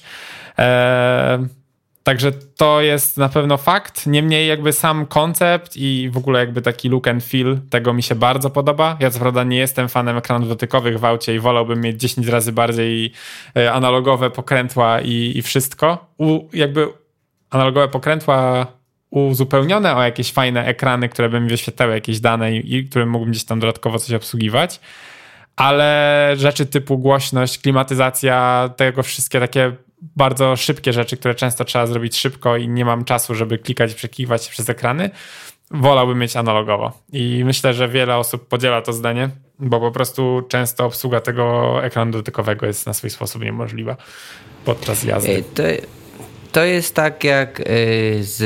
E, Także to jest na pewno fakt. Niemniej jakby sam koncept i w ogóle jakby taki look and feel tego mi się bardzo podoba. Ja co prawda nie jestem fanem ekranów dotykowych w aucie i wolałbym mieć dziesięć razy bardziej analogowe pokrętła i, i wszystko. U, jakby analogowe pokrętła uzupełnione o jakieś fajne ekrany, które by mi wyświetlały jakieś dane i, i którym mógłbym gdzieś tam dodatkowo coś obsługiwać. Ale rzeczy typu głośność, klimatyzacja, tego wszystkie takie bardzo szybkie rzeczy, które często trzeba zrobić szybko i nie mam czasu, żeby klikać i przekiwać przez ekrany, wolałbym mieć analogowo. I myślę, że wiele osób podziela to zdanie, bo po prostu często obsługa tego ekranu dotykowego jest na swój sposób niemożliwa podczas jazdy. To, to jest tak jak z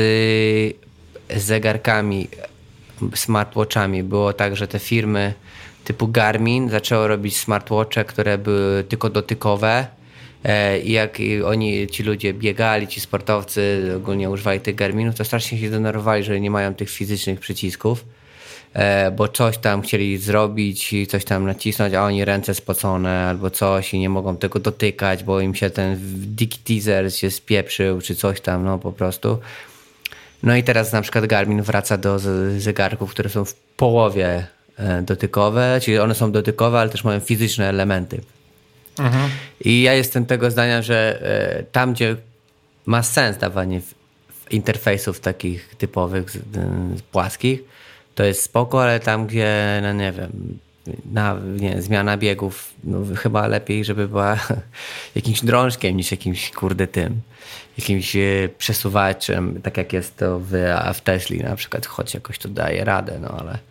zegarkami, smartwatchami. Było tak, że te firmy typu Garmin zaczęły robić smartwatche, które były tylko dotykowe. I jak oni, ci ludzie biegali, ci sportowcy ogólnie używali tych Garminów, to strasznie się denerwowali, że nie mają tych fizycznych przycisków, bo coś tam chcieli zrobić i coś tam nacisnąć, a oni ręce spocone albo coś i nie mogą tego dotykać, bo im się ten dick teaser się spieprzył czy coś tam, no po prostu. No i teraz na przykład Garmin wraca do zegarków, które są w połowie dotykowe, czyli one są dotykowe, ale też mają fizyczne elementy. Mhm. I ja jestem tego zdania, że tam, gdzie ma sens dawanie interfejsów takich typowych, płaskich, to jest spoko, ale tam, gdzie, no nie wiem, na, nie, zmiana biegów, no chyba lepiej, żeby była jakimś drążkiem niż jakimś, kurde, tym, jakimś przesuwaczem, tak jak jest to w, w Tesli na przykład, choć jakoś to daje radę, no ale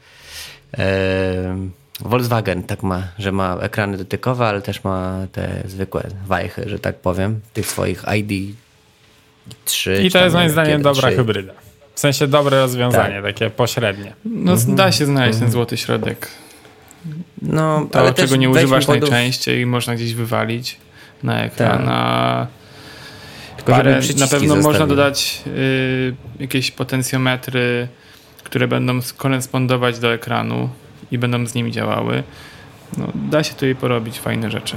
e, Volkswagen tak ma, że ma ekrany dotykowe, ale też ma te zwykłe wajchy, że tak powiem, tych swoich I D trzy. I to jest moim zdaniem dobra hybryda. W sensie dobre rozwiązanie, tak. Takie pośrednie. No mhm. da się znaleźć mhm. ten złoty środek. No, to, ale czego nie używasz pod... najczęściej, można gdzieś wywalić na ekran. Tak. A... Tylko parę, na pewno można dodać y, jakieś potencjometry, które będą korespondować do ekranu i będą z nimi działały. No, da się tutaj porobić fajne rzeczy.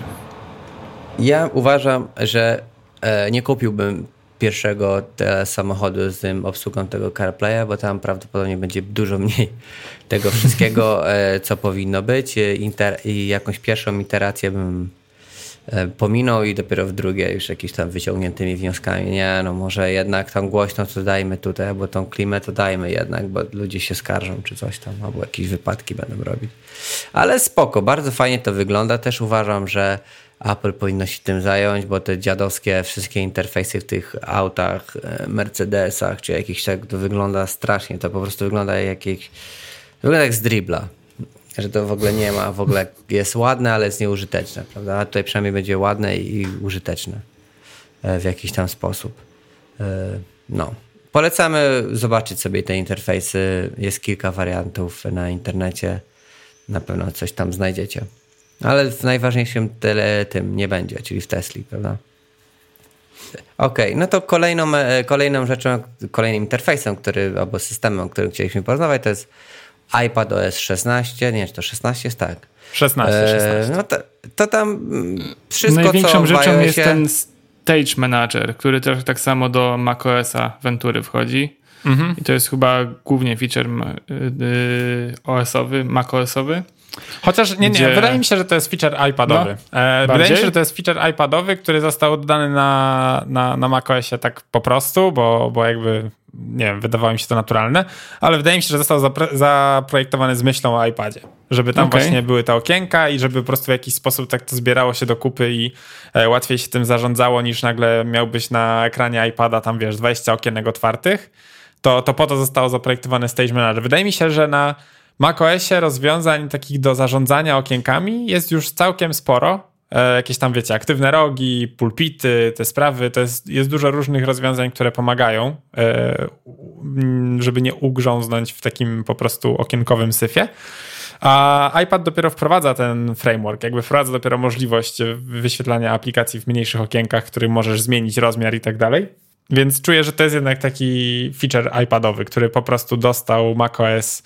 Ja uważam, że e, nie kupiłbym pierwszego samochodu z tym obsługą tego CarPlaya, bo tam prawdopodobnie będzie dużo mniej tego wszystkiego, co powinno być Inter- i jakąś pierwszą iterację bym pominął i dopiero w drugiej już jakimiś tam wyciągniętymi wnioskami. Nie, no może jednak tam głośno to dajmy tutaj, bo tą klimę to dajmy jednak, bo ludzie się skarżą czy coś tam, albo jakieś wypadki będą robić. Ale spoko, bardzo fajnie to wygląda. Też uważam, że Apple powinno się tym zająć, bo te dziadowskie wszystkie interfejsy w tych autach, Mercedesach czy jakichś tak, to wygląda strasznie. To po prostu wygląda jak jakiś, wygląda jak z dribla. Że to w ogóle nie ma, w ogóle jest ładne, ale jest nieużyteczne, prawda? A tutaj przynajmniej będzie ładne i użyteczne w jakiś tam sposób. No. Polecamy zobaczyć sobie te interfejsy. Jest kilka wariantów na internecie. Na pewno coś tam znajdziecie. Ale w najważniejszym tyle tym nie będzie, czyli w Tesli, prawda? Okej, okay, no to kolejną, kolejną rzeczą, kolejnym interfejsem, który, albo systemem, o którym chcieliśmy porozmawiać, to jest iPadOS szesnaście. Nie, czy to szesnaście jest tak. szesnaście, szesnaście. E, no to, to tam wszystko, największą co rzeczą w jest ten Stage Manager, który też tak samo do macOSa Ventury wchodzi. Mhm. I to jest chyba głównie feature O S-owy, macOS-owy. Chociaż nie, nie, gdzie... wydaje mi się, że to jest feature iPadowy. No, e, wydaje mi się, że to jest feature iPadowy, który został dodany na, na, na macOSie tak po prostu, bo, bo jakby, nie wiem, wydawało mi się to naturalne, ale wydaje mi się, że został zapre- zaprojektowany z myślą o iPadzie. Żeby tam okay. właśnie były te okienka i żeby po prostu w jakiś sposób tak to zbierało się do kupy i e, łatwiej się tym zarządzało, niż nagle miałbyś na ekranie iPada tam, wiesz, dwadzieścia okienek otwartych. To, to po to zostało zaprojektowany Stage Manager. Wydaje mi się, że na macOSie rozwiązań takich do zarządzania okienkami jest już całkiem sporo. E, jakieś tam, wiecie, aktywne rogi, pulpity, te sprawy. To jest, jest dużo różnych rozwiązań, które pomagają, e, żeby nie ugrząznąć w takim po prostu okienkowym syfie. A iPad dopiero wprowadza ten framework, jakby wprowadza dopiero możliwość wyświetlania aplikacji w mniejszych okienkach, w których możesz zmienić rozmiar i tak dalej. Więc czuję, że to jest jednak taki feature iPadowy, który po prostu dostał macOS.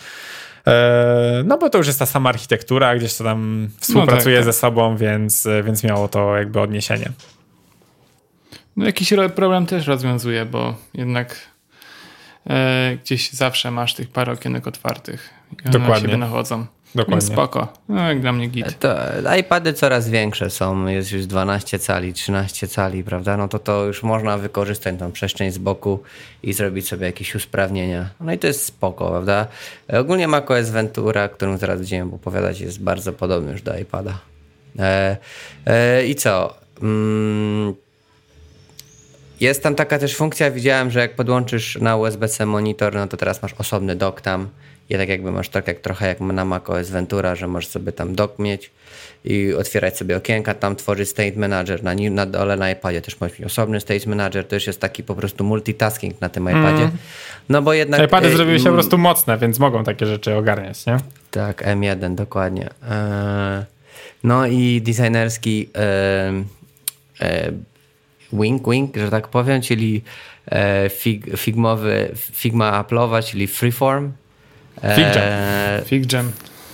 No bo to już jest ta sama architektura, gdzieś to tam współpracuje no tak, tak. ze sobą, więc, więc miało to jakby odniesienie. No jakiś problem też rozwiązuje, bo jednak e, gdzieś zawsze masz tych parę okienek otwartych i one Dokładnie. siebie nachodzą. Dokładnie. Więc spoko. No jak dla mnie git. To iPady coraz większe są, jest już dwanaście cali, trzynaście cali, prawda? No to to już można wykorzystać tą przestrzeń z boku i zrobić sobie jakieś usprawnienia. No i to jest spoko, prawda? Ogólnie macOS Ventura, którą zaraz będziemy opowiadać, jest bardzo podobny już do iPada. E, e, I co? Mm, jest tam taka też funkcja, widziałem, że jak podłączysz na U S B C monitor, no to teraz masz osobny dock tam. I tak jakby masz tak jak trochę jak na macOS Ventura, że możesz sobie tam dock mieć i otwierać sobie okienka, tam tworzyć Stage Manager. Na, na dole na iPadzie też możesz mieć osobny Stage Manager, to już jest taki po prostu multitasking na tym iPadzie. Mm. No bo jednak... iPady y- zrobiły się po prostu mocne, więc mogą takie rzeczy ogarniać, nie? Tak, M jeden, dokładnie. E- no i designerski e- e- wing, wing, że tak powiem, czyli e- fig- figmowy, Figma Apple'owa, czyli Freeform. FigJam. FigJam.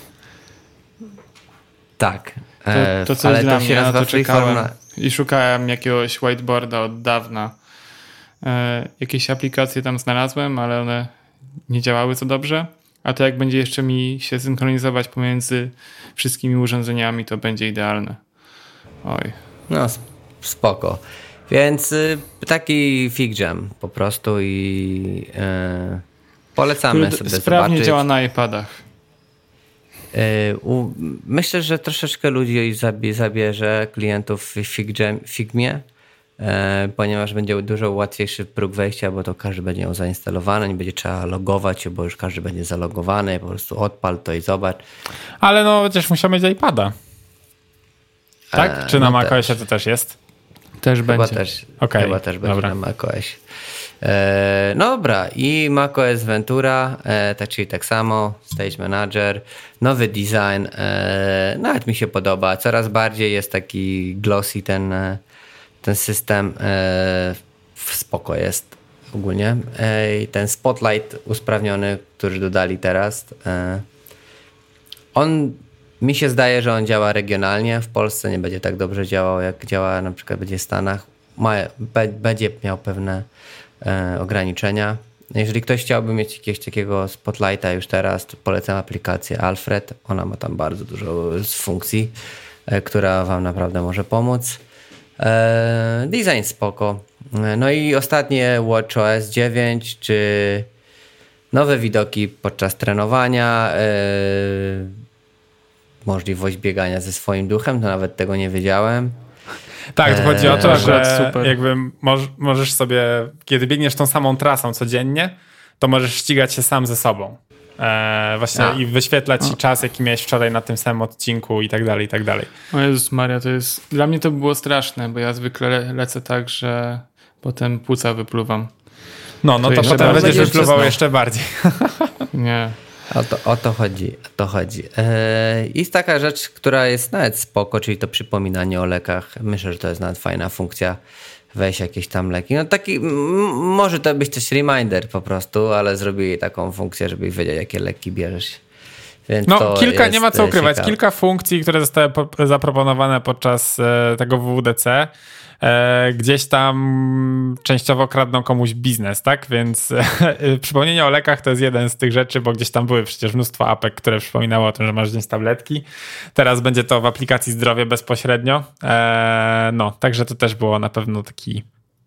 Tak. To, to coś ale dla to się mnie, ja to czekałem na... i szukałem jakiegoś whiteboarda od dawna, E, jakieś aplikacje tam znalazłem, ale one nie działały za dobrze. A to jak będzie jeszcze mi się synchronizować pomiędzy wszystkimi urządzeniami, to będzie idealne. Oj. No spoko. Więc y, taki FigJam po prostu i y, polecamy Który sobie sprawnie zobaczyć. działa na iPadach. Y, u, myślę, że troszeczkę ludzi zabie, zabierze klientów w FigJam, Figmie, y, ponieważ będzie dużo łatwiejszy próg wejścia, bo to każdy będzie miał zainstalowane, nie będzie trzeba logować się, bo już każdy będzie zalogowany, po prostu odpal to i zobacz. Ale no przecież musiał mieć iPada. Tak? E, Czy na no macOSie to też jest? Też Chyba będzie. też, okay, chyba też będzie dobra. na macOS. E, no dobra, i macOS Ventura, e, tak, czyli tak samo, Stage Manager, nowy design, e, nawet mi się podoba, coraz bardziej jest taki glossy ten, ten system, e, spoko jest ogólnie. E, i ten Spotlight usprawniony, który dodali teraz, e, on mi się zdaje, że on działa regionalnie. W Polsce nie będzie tak dobrze działał, jak działa na przykład będzie w Stanach. Ma, be, będzie miał pewne e, ograniczenia. Jeżeli ktoś chciałby mieć jakiegoś takiego Spotlighta już teraz, to polecam aplikację Alfred. Ona ma tam bardzo dużo z funkcji, e, która wam naprawdę może pomóc. E, design spoko. E, no i ostatnie WatchOS dziewięć, czy nowe widoki podczas trenowania, e, możliwość biegania ze swoim duchem, to nawet tego nie wiedziałem. Tak, to chodzi o to, Eee, że super. jakby moż, możesz sobie, kiedy biegniesz tą samą trasą codziennie, to możesz ścigać się sam ze sobą. Eee, właśnie A. i wyświetlać ci czas, jaki miałeś wczoraj na tym samym odcinku i tak dalej, i tak dalej. O Jezus Maria, to jest... Dla mnie to było straszne, bo ja zwykle le- lecę tak, że potem płuca wypluwam. No, no To to, jeszcze potem bardziej będziesz wczesno. wypluwał jeszcze bardziej. Nie. O to, o to chodzi, o to chodzi. Yy, I taka rzecz, która jest nawet spoko, czyli to przypominanie o lekach. Myślę, że to jest nawet fajna funkcja. Weź jakieś tam leki. No taki, m- może to być też reminder po prostu, ale zrobili taką funkcję, żebyś wiedział, jakie leki bierzesz. Więc No, to kilka, jest nie ma co ukrywać. ciekawe. Kilka funkcji, które zostały po, zaproponowane podczas e, tego W W D C, e, gdzieś tam częściowo kradną komuś biznes, tak? Więc e, przypomnienie o lekach to jest jeden z tych rzeczy, bo gdzieś tam były przecież mnóstwo apek, które przypominały o tym, że masz wziąć tabletki. Teraz będzie to w aplikacji Zdrowie bezpośrednio. E, no, także to też było na pewno taki...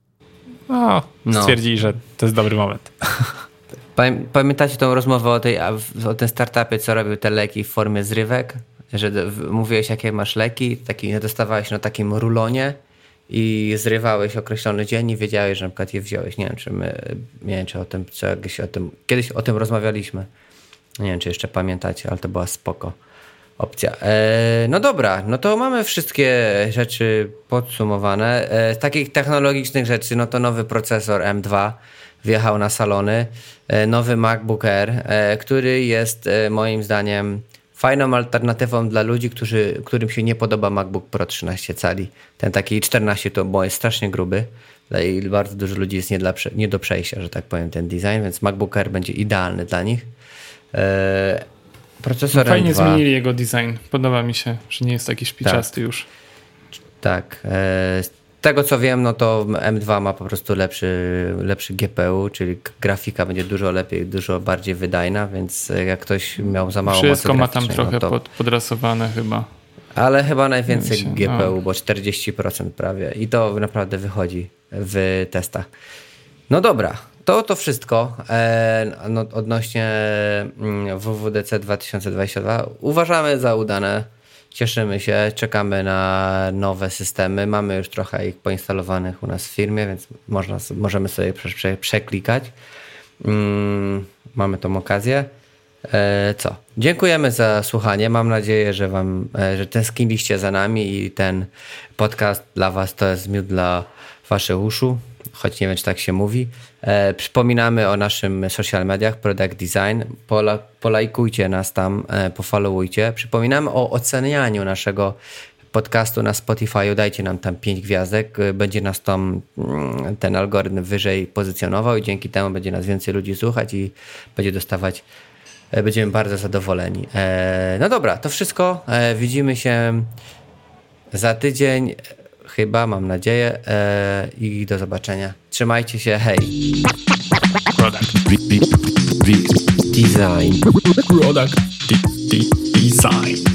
No, No. stwierdzili, że to jest dobry moment. Pamię- Pamiętacie tą rozmowę o, tej, o tym startupie, co robił te leki w formie zrywek? Że d- w- mówiłeś, jakie masz leki, taki, dostawałeś na takim rulonie i zrywałeś określony dzień i wiedziałeś, że na przykład je wziąłeś. Nie wiem, czy my, nie wiem, czy o tym, czy jakieś o tym, kiedyś o tym rozmawialiśmy. Nie wiem, czy jeszcze pamiętacie, ale to była spoko opcja. E, no dobra, no to mamy wszystkie rzeczy podsumowane. E, z takich technologicznych rzeczy, no to nowy procesor M dwa wjechał na salony. E, nowy MacBook Air, e, który jest e, moim zdaniem fajną alternatywą dla ludzi, którzy, którym się nie podoba MacBook Pro trzynaście cali. Ten taki czternaście to bo jest strasznie gruby i bardzo dużo ludzi jest nie, dla, prze- nie do przejścia, że tak powiem, ten design, więc MacBook Air będzie idealny dla nich. E, procesor Fajnie M dwa. zmienili jego design. Podoba mi się, że nie jest taki szpiczasty już. Tak. E, z tego co wiem, no to M dwa ma po prostu lepszy, lepszy G P U, czyli k- grafika będzie dużo lepiej, dużo bardziej wydajna, więc jak ktoś miał za mało Wszystko mocy ma tam graficznej, trochę no to... pod, podrasowane chyba. Ale chyba najwięcej Się- G P U, no. bo czterdzieści procent prawie. I to naprawdę wychodzi w testach. No dobra, to to wszystko e, no, odnośnie mm, W W D C dwa tysiące dwadzieścia dwa. Uważamy za udane. Cieszymy się, czekamy na nowe systemy. Mamy już trochę ich poinstalowanych u nas w firmie, więc można, możemy sobie prze, prze, przeklikać. Mm, mamy tą okazję. E, co? Dziękujemy za słuchanie. Mam nadzieję, że wam, e, że tęskniliście za nami i ten podcast dla was to jest miód dla waszych uszu, choć nie wiem, czy tak się mówi. E, przypominamy o naszym social mediach, Product Design. Pola, polajkujcie nas tam, e, pofollowujcie. Przypominamy o ocenianiu naszego podcastu na Spotify. Dajcie nam tam pięć gwiazdek. Będzie nas tam mm, ten algorytm wyżej pozycjonował i dzięki temu będzie nas więcej ludzi słuchać i będzie dostawać. Będziemy bardzo zadowoleni. E, no dobra, to wszystko. E, widzimy się za tydzień chyba, mam nadzieję e, i do zobaczenia. Trzymajcie się, hej. Product Design. Product Design.